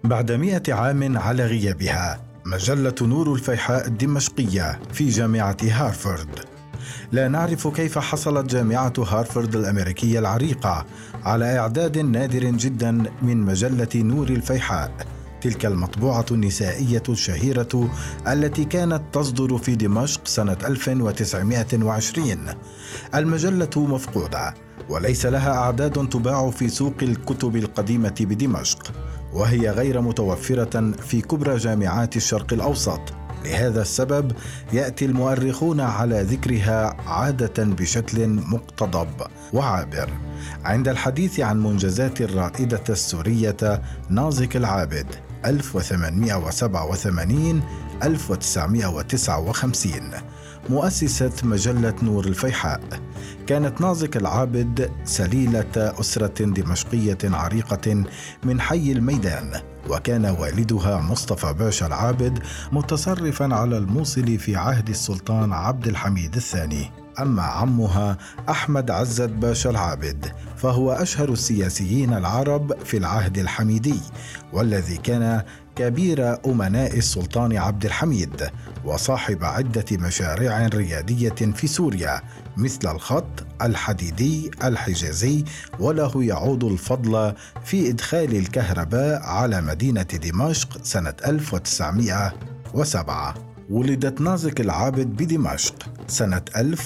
بعد 100 عام على غيابها، مجلة نور الفيحاء الدمشقية في جامعة هارفارد. لا نعرف كيف حصلت جامعة هارفارد الأمريكية العريقة على إعداد نادر جدا من مجلة نور الفيحاء، تلك المطبوعة النسائية الشهيرة التي كانت تصدر في دمشق سنة 1920. المجلة مفقودة وليس لها أعداد تباع في سوق الكتب القديمة بدمشق، وهي غير متوفرة في كبرى جامعات الشرق الأوسط. لهذا السبب يأتي المؤرخون على ذكرها عادة بشكل مقتضب وعابر عند الحديث عن منجزات الرائدة السورية نازك العابد 1887-1959، مؤسسة مجلة نور الفيحاء. كانت نازك العابد سليلة أسرة دمشقية عريقة من حي الميدان، وكان والدها مصطفى باشا العابد متصرفا على الموصل في عهد السلطان عبد الحميد الثاني. أما عمها أحمد عزت باشا العابد فهو أشهر السياسيين العرب في العهد الحميدي، والذي كان كبير أمناء السلطان عبد الحميد، وصاحب عدة مشاريع ريادية في سوريا مثل الخط الحديدي الحجازي، وله يعود الفضل في إدخال الكهرباء على مدينة دمشق سنة 1907. ولدت نازك العابد بدمشق سنة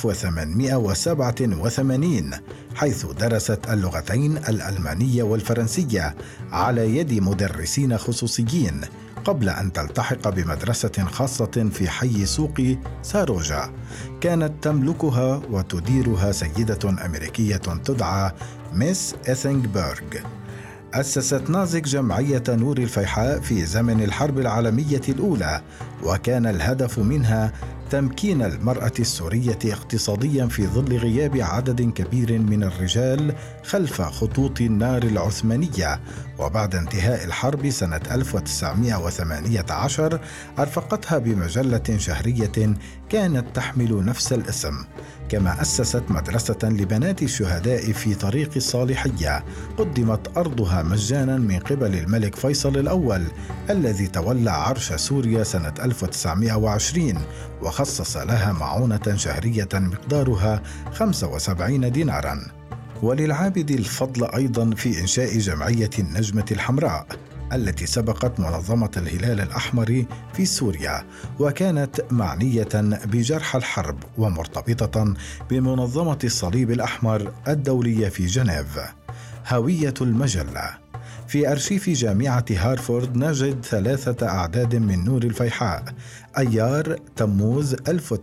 1887، حيث درست اللغتين الألمانية والفرنسية على يد مدرسين خصوصيين، قبل أن تلتحق بمدرسة خاصة في حي سوق ساروجا كانت تملكها وتديرها سيدة أمريكية تدعى ميس إثينغبرغ. أسست نازك جمعية نور الفيحاء في زمن الحرب العالمية الأولى، وكان الهدف منها تمكين المرأة السورية اقتصاديا في ظل غياب عدد كبير من الرجال خلف خطوط النار العثمانية. وبعد انتهاء الحرب سنة 1918 أرفقتها بمجلة شهرية كانت تحمل نفس الاسم، كما أسست مدرسة لبنات الشهداء في طريق الصالحية قدمت أرضها مجانا من قبل الملك فيصل الأول الذي تولى عرش سوريا سنة 1920، وخصص لها معونة شهرية مقدارها 75 دينارا. وللعابد الفضل أيضا في إنشاء جمعية النجمة الحمراء التي سبقت منظمة الهلال الأحمر في سوريا، وكانت معنية بجرح الحرب ومرتبطة بمنظمة الصليب الأحمر الدولية في جنيف. هوية المجلة: في أرشيف جامعة هارفارد نجد 3 أعداد من نور الفيحاء أيار تموز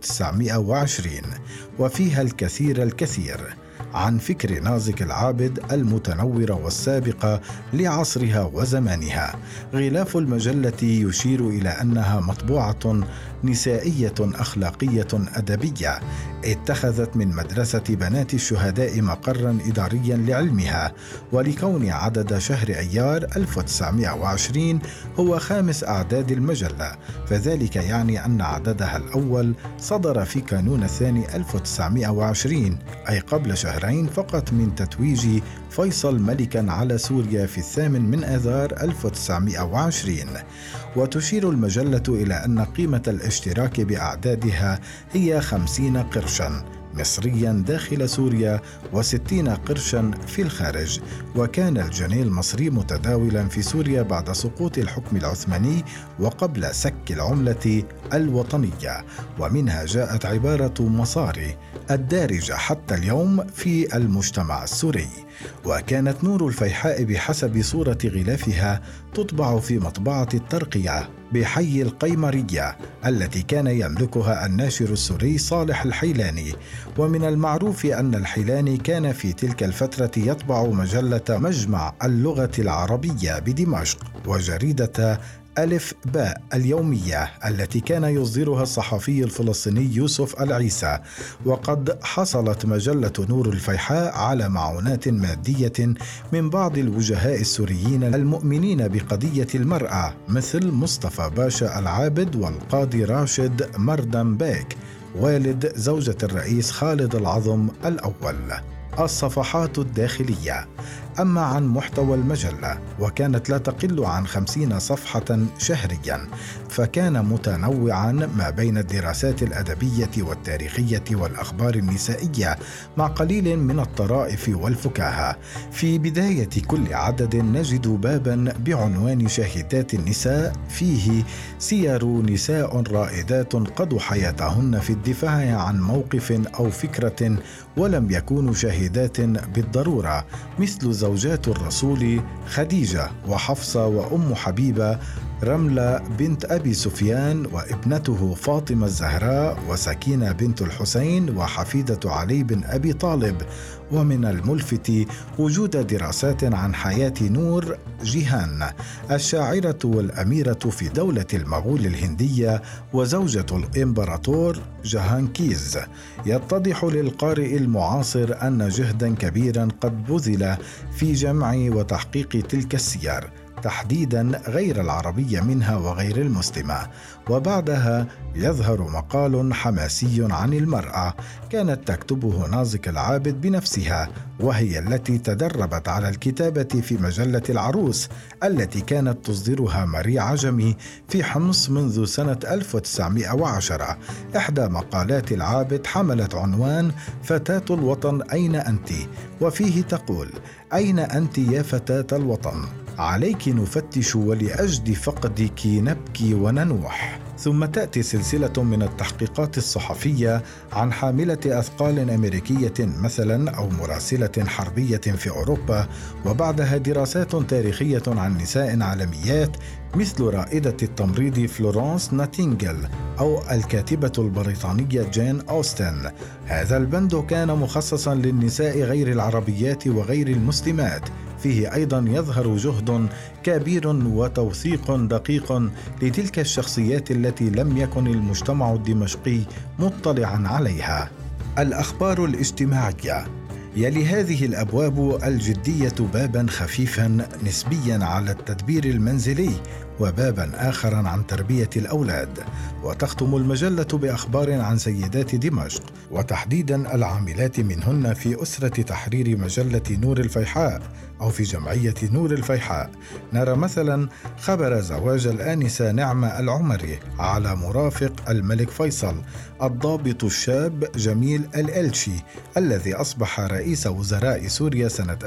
1920، وفيها الكثير عن فكر نازك العابد المتنورة والسابقة لعصرها وزمانها. غلاف المجلة يشير إلى أنها مطبوعة نسائية أخلاقية أدبية اتخذت من مدرسة بنات الشهداء مقرا إداريا لعلمها، ولكون عدد شهر أيار 1920 هو 5 أعداد المجلة، فذلك يعني أن عددها الأول صدر في كانون الثاني 1920، أي قبل شهرين فقط من تتويج فيصل ملكا على سوريا في 8 من آذار 1920. وتشير المجلة إلى أن قيمة الاشتراك بأعدادها هي 50 قرشا مصريا داخل سوريا و60 قرشا في الخارج. وكان الجنيه المصري متداولا في سوريا بعد سقوط الحكم العثماني وقبل سك العملة الوطنية، ومنها جاءت عبارة مصاري الدارجة حتى اليوم في المجتمع السوري. وكانت نور الفيحاء بحسب صورة غلافها تطبع في مطبعة الترقية بحي القيمرية التي كان يملكها الناشر السوري صالح الحيلاني. ومن المعروف أن الحيلاني كان في تلك الفترة يطبع مجلة مجمع اللغة العربية بدمشق وجريدة ألف باء اليومية التي كان يصدرها الصحفي الفلسطيني يوسف العيسى. وقد حصلت مجلة نور الفيحاء على معونات مادية من بعض الوجهاء السوريين المؤمنين بقضية المرأة مثل مصطفى باشا العابد والقاضي راشد مردم بيك والد زوجة الرئيس خالد العظم الأول. الصفحات الداخلية: أما عن محتوى المجلة، وكانت لا تقل عن 50 صفحة شهريا، فكان متنوعا ما بين الدراسات الأدبية والتاريخية والأخبار النسائية مع قليل من الطرائف والفكاهة. في بداية كل عدد نجد بابا بعنوان شاهدات النساء، فيه سير نساء رائدات قضوا حياتهن في الدفاع عن موقف أو فكرة ولم يكونوا شاهدات بالضرورة، مثل زوجات الرسول خديجة وحفصة وأم حبيبة، رملة بنت أبي سفيان وابنته فاطمة الزهراء، وسكينة بنت الحسين وحفيدة علي بن أبي طالب. ومن الملفت وجود دراسات عن حياة نور جيهان الشاعرة والأميرة في دولة المغول الهندية وزوجة الإمبراطور جهانكيز. يتضح للقارئ المعاصر أن جهدا كبيرا قد بذل في جمع وتحقيق تلك السير، تحديدا غير العربية منها وغير المسلمة. وبعدها يظهر مقال حماسي عن المرأة كانت تكتبه نازك العابد بنفسها، وهي التي تدربت على الكتابة في مجلة العروس التي كانت تصدرها ماري عجمي في حمص منذ سنة 1910. إحدى مقالات العابد حملت عنوان فتاة الوطن أين أنت؟ وفيه تقول: أين أنت يا فتاة الوطن؟ عليك نفتش ولأجد فقدك نبكي وننوح. ثم تأتي سلسلة من التحقيقات الصحفية عن حاملة أثقال أمريكية مثلا أو مراسلة حربية في أوروبا، وبعدها دراسات تاريخية عن نساء عالميات مثل رائدة التمريض فلورانس ناتينجل أو الكاتبة البريطانية جين أوستن. هذا البند كان مخصصا للنساء غير العربيات وغير المسلمات. فيه أيضا يظهر جهد كبير وتوثيق دقيق لتلك الشخصيات التي لم يكن المجتمع الدمشقي مطلعا عليها. الأخبار الاجتماعية. يلي هذه الأبواب الجدية بابا خفيفا نسبيا على التدبير المنزلي وبابا آخر عن تربية الأولاد. وتختم المجلة بأخبار عن سيدات دمشق وتحديدا العاملات منهن في أسرة تحرير مجلة نور الفيحاء أو في جمعية نور الفيحاء. نرى مثلا خبر زواج الآنسة نعمة العمري على مرافق الملك فيصل الضابط الشاب جميل الألشي الذي أصبح رئيس وزراء سوريا سنة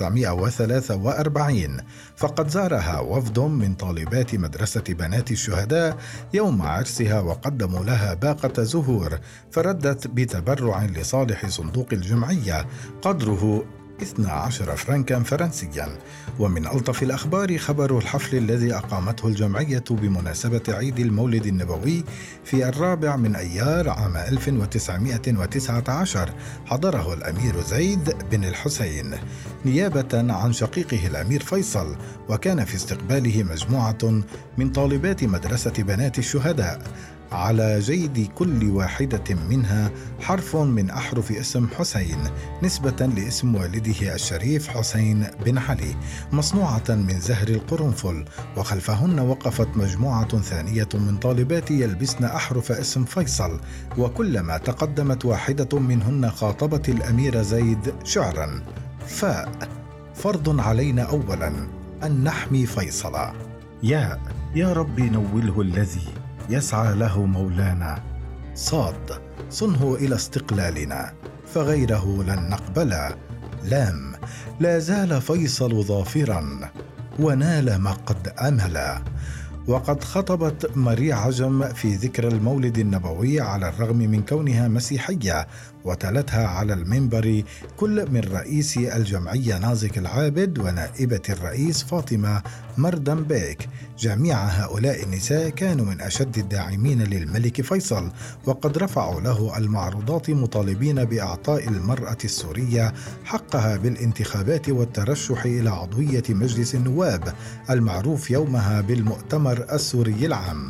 1943، فقد زارها وفد من طالبات مدرسة بنات الشهداء يوم عرسها وقدموا لها باقة زهور، فردت بتبرع لصالح صندوق الجمعية قدره 12 فرنكا فرنسيا. ومن ألطف الأخبار خبر الحفل الذي أقامته الجمعية بمناسبة عيد المولد النبوي في 4 من أيار عام 1919، حضره الأمير زيد بن الحسين نيابة عن شقيقه الأمير فيصل، وكان في استقباله مجموعة من طالبات مدرسة بنات الشهداء، على جيد كل واحدة منها حرف من أحرف اسم حسين نسبة لاسم والده الشريف حسين بن علي، مصنوعة من زهر القرنفل. وخلفهن وقفت مجموعة ثانية من طالبات يلبسن أحرف اسم فيصل، وكلما تقدمت واحدة منهن خاطبت الأمير زيد شعرا: فاء، فرض علينا أولا أن نحمي فيصل. يا رب نوله الذي يسعى له مولانا. صاد، صنه إلى استقلالنا فغيره لن نقبل. لام، لا زال فيصل ظافرا ونال ما قد أمل. وقد خطبت ماري عجم في ذكرى المولد النبوي على الرغم من كونها مسيحية، وتلتها على المنبر كل من رئيس الجمعية نازك العابد ونائبة الرئيس فاطمة مردم بيك. جميع هؤلاء النساء كانوا من أشد الداعمين للملك فيصل، وقد رفعوا له المعروضات مطالبين بإعطاء المرأة السورية حقها بالانتخابات والترشح إلى عضوية مجلس النواب المعروف يومها بالمؤتمر السوري العام.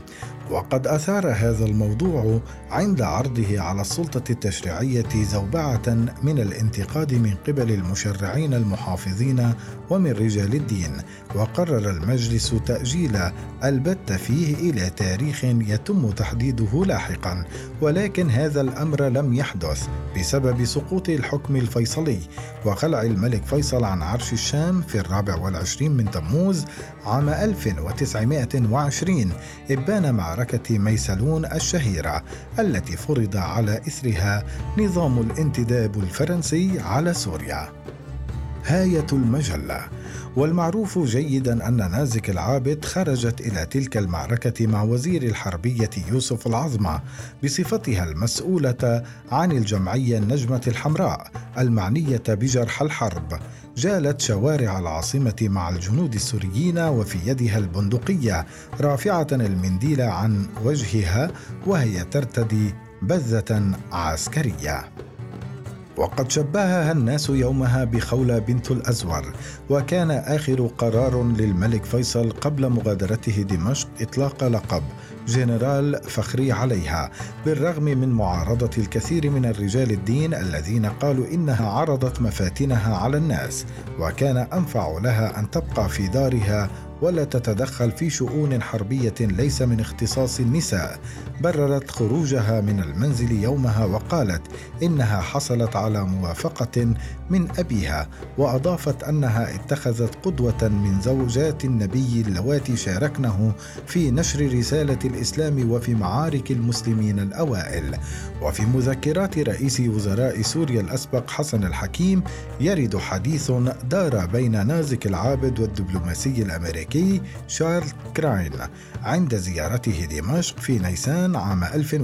وقد أثار هذا الموضوع عند عرضه على السلطة التشريعية زوبعة من الانتقاد من قبل المشرعين المحافظين ومن رجال الدين، وقرر المجلس تأجيل البت فيه إلى تاريخ يتم تحديده لاحقا، ولكن هذا الأمر لم يحدث بسبب سقوط الحكم الفيصلي وخلع الملك فيصل عن عرش الشام في 24 من تموز عام 1920 إبان معركة ميسلون الشهيرة التي فرض على إثرها نظام الانتداب الفرنسي على سوريا. هاية المجلة. والمعروف جيدا أن نازك العابد خرجت إلى تلك المعركة مع وزير الحربية يوسف العظمى بصفتها المسؤولة عن الجمعية النجمة الحمراء المعنية بجرح الحرب. جالت شوارع العاصمة مع الجنود السوريين وفي يدها البندقية رافعة المنديل عن وجهها وهي ترتدي بذة عسكرية. وقد شبهها الناس يومها بخولة بنت الأزور، وكان آخر قرار للملك فيصل قبل مغادرته دمشق إطلاق لقب جنرال فخري عليها، بالرغم من معارضة الكثير من الرجال الدين الذين قالوا إنها عرضت مفاتنها على الناس، وكان أنفع لها أن تبقى في دارها ولا تتدخل في شؤون حربية ليس من اختصاص النساء. بررت خروجها من المنزل يومها وقالت إنها حصلت على موافقة من أبيها، وأضافت أنها اتخذت قدوة من زوجات النبي اللواتي شاركنه في نشر رسالة الإسلام وفي معارك المسلمين الأوائل. وفي مذكرات رئيس وزراء سوريا الأسبق حسن الحكيم يرد حديث دار بين نازك العابد والدبلوماسي الأمريكي شارل كراين عند زيارته دمشق في نيسان عام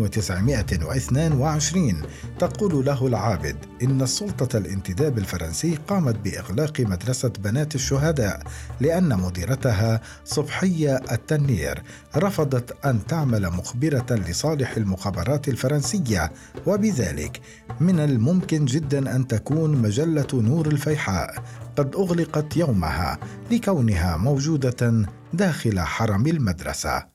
1922. تقول له العابد إن السلطة الانتداب الفرنسي قامت بإغلاق مدرسة بنات الشهداء لأن مديرتها صبحية التنير رفضت أن تعمل مخبرة لصالح المخابرات الفرنسية، وبذلك من الممكن جدا أن تكون مجلة نور الفيحاء قد أغلقت يومها لكونها موجودة داخل حرم المدرسة.